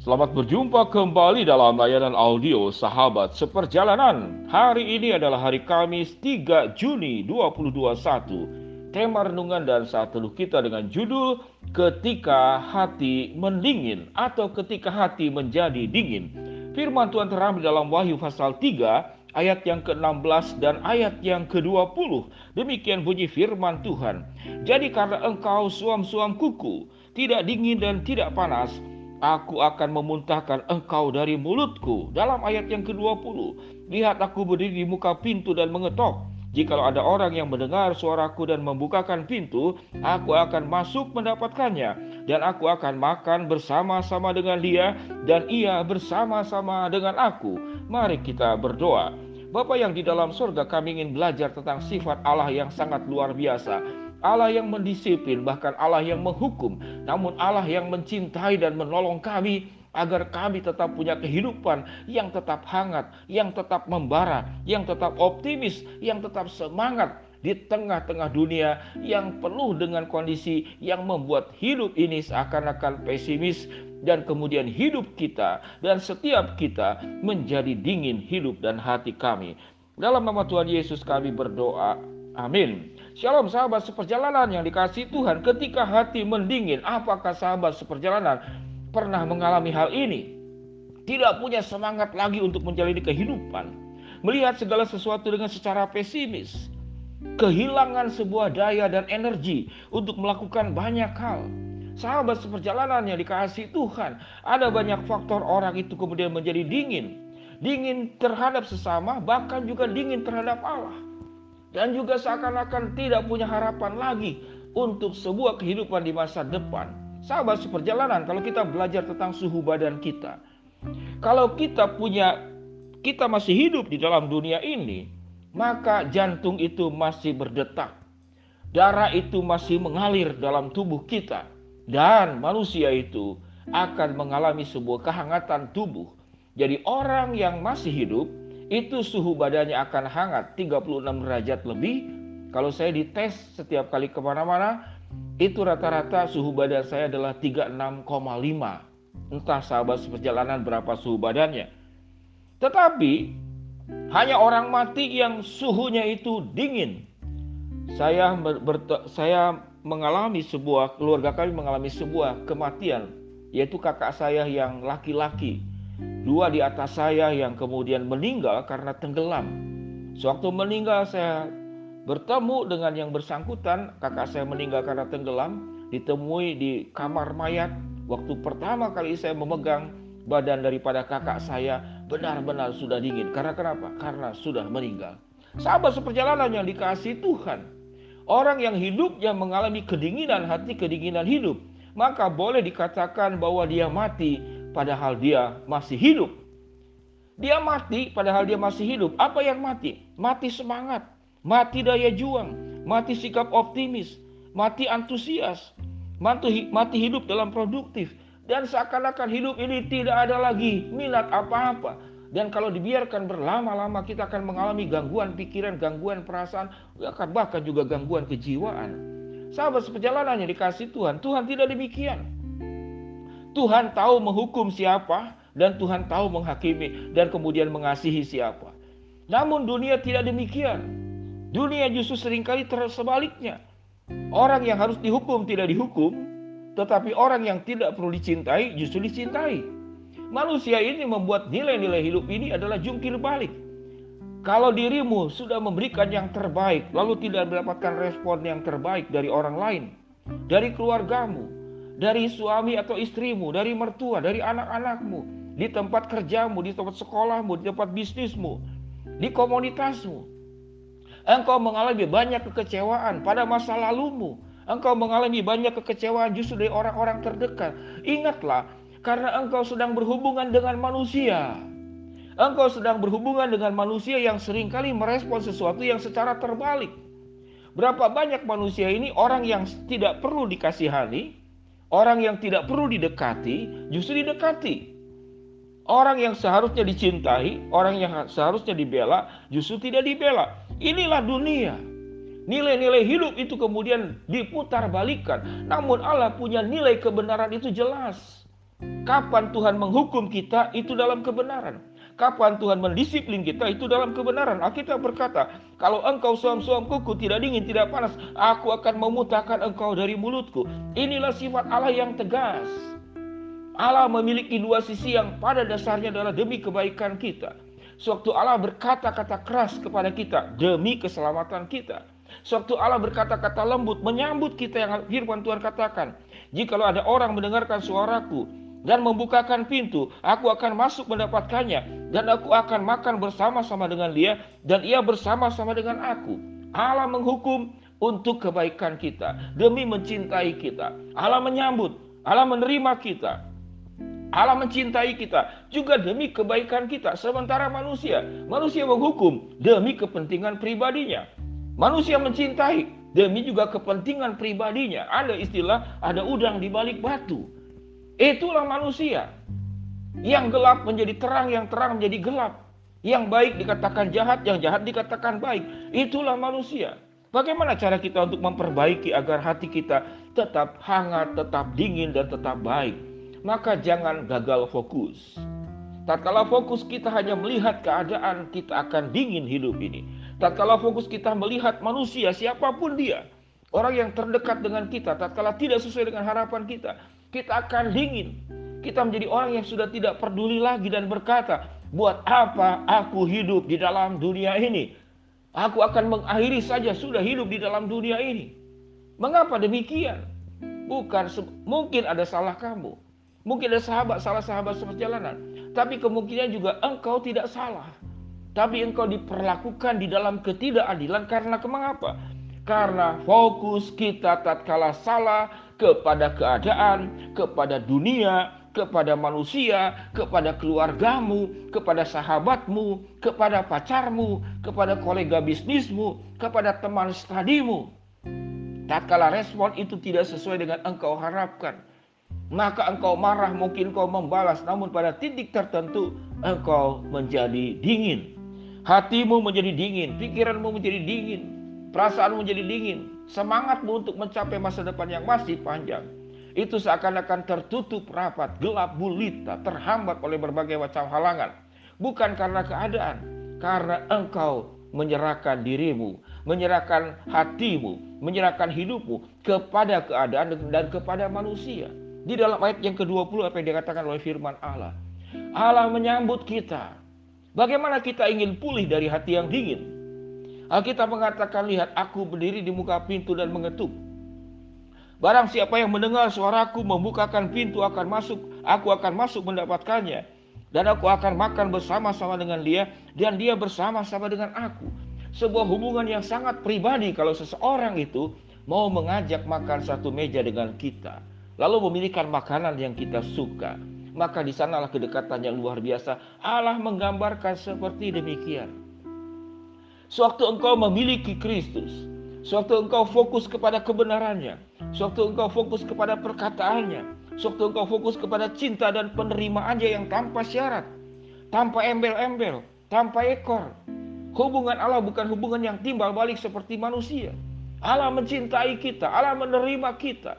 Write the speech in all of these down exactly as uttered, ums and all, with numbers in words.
Selamat berjumpa kembali dalam layanan audio Sahabat Seperjalanan. Hari ini adalah hari Kamis tiga Juni dua ribu dua puluh satu. Tema renungan dan saat teduh kita dengan judul Ketika Hati Mendingin atau Ketika Hati Menjadi Dingin. Firman Tuhan terambil dalam Wahyu pasal tiga ayat yang ke enam belas dan ayat yang ke dua puluh. Demikian bunyi firman Tuhan. Jadi karena engkau suam-suam kuku, tidak dingin dan tidak panas, aku akan memuntahkan engkau dari mulutku. Dalam ayat yang ke dua puluh, lihat aku berdiri di muka pintu dan mengetok. Jikalau ada orang yang mendengar suaraku dan membukakan pintu, aku akan masuk mendapatkannya. Dan aku akan makan bersama-sama dengan dia, dan ia bersama-sama dengan aku. Mari kita berdoa. Bapa yang di dalam surga, kami ingin belajar tentang sifat Allah yang sangat luar biasa. Allah yang mendisiplin, bahkan Allah yang menghukum, namun Allah yang mencintai dan menolong kami agar kami tetap punya kehidupan yang tetap hangat, yang tetap membara, yang tetap optimis, yang tetap semangat di tengah-tengah dunia yang penuh dengan kondisi yang membuat hidup ini seakan-akan pesimis, dan kemudian hidup kita dan setiap kita menjadi dingin hidup dan hati kami. Dalam nama Tuhan Yesus kami berdoa. Amin. Shalom sahabat seperjalanan yang dikasihi Tuhan. Ketika hati mendingin, apakah sahabat seperjalanan pernah mengalami hal ini? Tidak punya semangat lagi untuk menjalani kehidupan, melihat segala sesuatu dengan secara pesimis, kehilangan sebuah daya dan energi untuk melakukan banyak hal. Sahabat seperjalanan yang dikasihi Tuhan, ada banyak faktor orang itu kemudian menjadi dingin. Dingin terhadap sesama, bahkan juga dingin terhadap Allah. Dan juga seakan-akan tidak punya harapan lagi untuk sebuah kehidupan di masa depan. Sahabat seperjalanan, kalau kita belajar tentang suhu badan kita, kalau kita punya, kita masih hidup di dalam dunia ini, maka jantung itu masih berdetak, darah itu masih mengalir dalam tubuh kita, dan manusia itu akan mengalami sebuah kehangatan tubuh. Jadi orang yang masih hidup itu suhu badannya akan hangat tiga puluh enam derajat lebih. Kalau saya dites setiap kali kemana-mana, itu rata-rata suhu badan saya adalah tiga puluh enam koma lima. Entah sahabat seperjalanan berapa suhu badannya. Tetapi hanya orang mati yang suhunya itu dingin. Saya ber- saya mengalami sebuah, keluarga kami mengalami sebuah kematian, yaitu kakak saya yang laki-laki. Dua di atas saya yang kemudian meninggal karena tenggelam. Sewaktu meninggal saya bertemu dengan yang bersangkutan. Kakak saya meninggal karena tenggelam, ditemui di kamar mayat. Waktu pertama kali saya memegang badan daripada kakak saya, benar-benar sudah dingin. Karena kenapa? Karena sudah meninggal. Sahabat seperjalanan yang dikasihi Tuhan, orang yang hidupnya mengalami kedinginan hati, kedinginan hidup, maka boleh dikatakan bahwa dia mati padahal dia masih hidup. Dia mati padahal dia masih hidup. Apa yang mati? Mati semangat, mati daya juang, mati sikap optimis, mati antusias, mati, mati hidup dalam produktif. Dan seakan-akan hidup ini tidak ada lagi minat apa-apa. Dan kalau dibiarkan berlama-lama, kita akan mengalami gangguan pikiran, gangguan perasaan, bahkan juga gangguan kejiwaan. Sahabat seperjalanan yang dikasihi Tuhan, Tuhan tidak demikian. Tuhan tahu menghukum siapa, dan Tuhan tahu menghakimi dan kemudian mengasihi siapa. Namun dunia tidak demikian. Dunia justru seringkali tersebaliknya. Orang yang harus dihukum tidak dihukum, tetapi orang yang tidak perlu dicintai justru dicintai. Manusia ini membuat nilai-nilai hidup ini adalah jungkir balik. Kalau dirimu sudah memberikan yang terbaik, lalu tidak mendapatkan respon yang terbaik dari orang lain, dari keluargamu, dari suami atau istrimu, dari mertua, dari anak-anakmu, di tempat kerjamu, di tempat sekolahmu, di tempat bisnismu, di komunitasmu, engkau mengalami banyak kekecewaan pada masa lalumu. Engkau mengalami banyak kekecewaan justru dari orang-orang terdekat. Ingatlah, karena engkau sedang berhubungan dengan manusia. Engkau sedang berhubungan dengan manusia yang seringkali merespon sesuatu yang secara terbalik. Berapa banyak manusia ini orang yang tidak perlu dikasihani, orang yang tidak perlu didekati, justru didekati. Orang yang seharusnya dicintai, orang yang seharusnya dibela, justru tidak dibela. Inilah dunia. Nilai-nilai hidup itu kemudian diputar balikan. Namun Allah punya nilai kebenaran itu jelas. Kapan Tuhan menghukum kita, itu dalam kebenaran. Kapan Tuhan mendisiplin kita, itu dalam kebenaran. Alkitab berkata, kalau engkau suam-suam kuku, tidak dingin, tidak panas, aku akan memuntahkan engkau dari mulutku. Inilah sifat Allah yang tegas. Allah memiliki dua sisi yang pada dasarnya adalah demi kebaikan kita. Sewaktu Allah berkata-kata keras kepada kita, demi keselamatan kita. Sewaktu Allah berkata-kata lembut, menyambut kita, yang firman Tuhan katakan, jikalau ada orang mendengarkan suaraku dan membukakan pintu, aku akan masuk mendapatkannya, dan aku akan makan bersama-sama dengan dia, dan ia bersama-sama dengan aku. Allah menghukum untuk kebaikan kita, demi mencintai kita. Allah menyambut, Allah menerima kita, Allah mencintai kita juga demi kebaikan kita. Sementara manusia, manusia menghukum demi kepentingan pribadinya. Manusia mencintai demi juga kepentingan pribadinya. Ada istilah, ada udang di balik batu. Itulah manusia. Yang gelap menjadi terang, yang terang menjadi gelap. Yang baik dikatakan jahat, yang jahat dikatakan baik. Itulah manusia. Bagaimana cara kita untuk memperbaiki agar hati kita tetap hangat, tetap dingin, dan tetap baik? Maka jangan gagal fokus. Tatkala fokus kita hanya melihat keadaan, kita akan dingin hidup ini. Tatkala fokus kita melihat manusia, siapapun dia, orang yang terdekat dengan kita, tatkala tidak sesuai dengan harapan kita, kita akan dingin. Kita menjadi orang yang sudah tidak peduli lagi dan berkata, buat apa aku hidup di dalam dunia ini? Aku akan mengakhiri saja sudah hidup di dalam dunia ini. Mengapa demikian? Bukan, mungkin ada salah kamu. Mungkin ada sahabat, salah sahabat seperjalanan. Tapi kemungkinan juga engkau tidak salah. Tapi engkau diperlakukan di dalam ketidakadilan karena mengapa? Karena fokus kita tatkala salah kepada keadaan, kepada dunia, kepada manusia, kepada keluargamu, kepada sahabatmu, kepada pacarmu, kepada kolega bisnismu, kepada teman studimu. Tatkala respon itu tidak sesuai dengan engkau harapkan, maka engkau marah, mungkin engkau membalas, namun pada titik tertentu engkau menjadi dingin. Hatimu menjadi dingin, pikiranmu menjadi dingin, perasaanmu menjadi dingin, semangatmu untuk mencapai masa depan yang masih panjang itu seakan-akan tertutup rapat, gelap gulita, terhambat oleh berbagai macam halangan. Bukan karena keadaan, karena engkau menyerahkan dirimu, menyerahkan hatimu, menyerahkan hidupmu kepada keadaan dan kepada manusia. Di dalam ayat yang kedua puluh apa yang dikatakan oleh firman Allah, Allah menyambut kita. Bagaimana kita ingin pulih dari hati yang dingin? Alkitab mengatakan, lihat aku berdiri di muka pintu dan mengetuk. Barang siapa yang mendengar suaraku, membukakan pintu, akan masuk, aku akan masuk mendapatkannya. Dan aku akan makan bersama-sama dengan dia, dan dia bersama-sama dengan aku. Sebuah hubungan yang sangat pribadi kalau seseorang itu mau mengajak makan satu meja dengan kita, lalu memilihkan makanan yang kita suka. Maka di sanalah kedekatan yang luar biasa. Allah menggambarkan seperti demikian. Sewaktu engkau memiliki Kristus, sewaktu engkau fokus kepada kebenarannya, sewaktu engkau fokus kepada perkataannya, sewaktu engkau fokus kepada cinta dan penerimaannya yang tanpa syarat, tanpa embel-embel, tanpa ekor. Hubungan Allah bukan hubungan yang timbal balik seperti manusia. Allah mencintai kita, Allah menerima kita.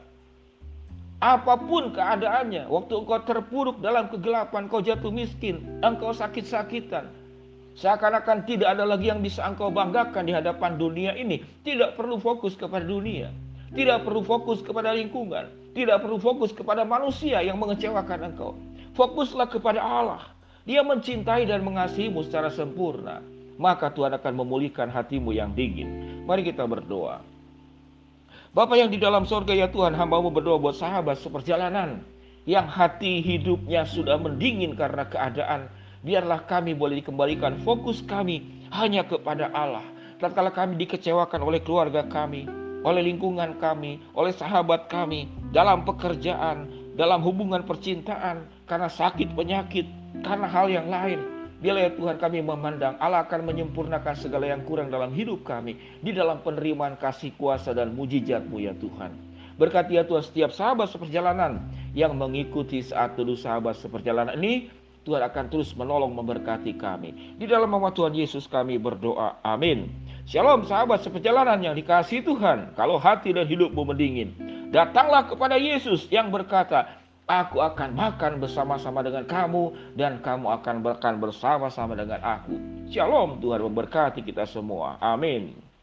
Apapun keadaannya, waktu engkau terpuruk dalam kegelapan, engkau jatuh miskin, engkau sakit-sakitan, seakan-akan tidak ada lagi yang bisa engkau banggakan di hadapan dunia ini. Tidak perlu fokus kepada dunia, tidak perlu fokus kepada lingkungan, tidak perlu fokus kepada manusia yang mengecewakan engkau. Fokuslah kepada Allah. Dia mencintai dan mengasihimu secara sempurna. Maka Tuhan akan memulihkan hatimu yang dingin. Mari kita berdoa. Bapa yang di dalam sorga, ya Tuhan, hamba-Mu berdoa buat sahabat seperjalanan yang hati hidupnya sudah mendingin karena keadaan. Biarlah kami boleh dikembalikan fokus kami hanya kepada Allah. Tatkala kami dikecewakan oleh keluarga kami, oleh lingkungan kami, oleh sahabat kami, dalam pekerjaan, dalam hubungan percintaan, karena sakit penyakit, karena hal yang lain. Biarlah ya Tuhan kami memandang Allah akan menyempurnakan segala yang kurang dalam hidup kami, di dalam penerimaan kasih kuasa dan mujizat-Mu ya Tuhan. Berkati ya Tuhan setiap sahabat seperjalanan yang mengikuti saat teduh sahabat seperjalanan ini. Tuhan akan terus menolong memberkati kami. Di dalam nama Tuhan Yesus kami berdoa. Amin. Shalom sahabat seperjalanan yang dikasihi Tuhan. Kalau hati dan hidupmu mendingin, datanglah kepada Yesus yang berkata, Aku akan makan bersama-sama dengan kamu dan kamu akan makan bersama-sama dengan aku. Shalom, Tuhan memberkati kita semua. Amin.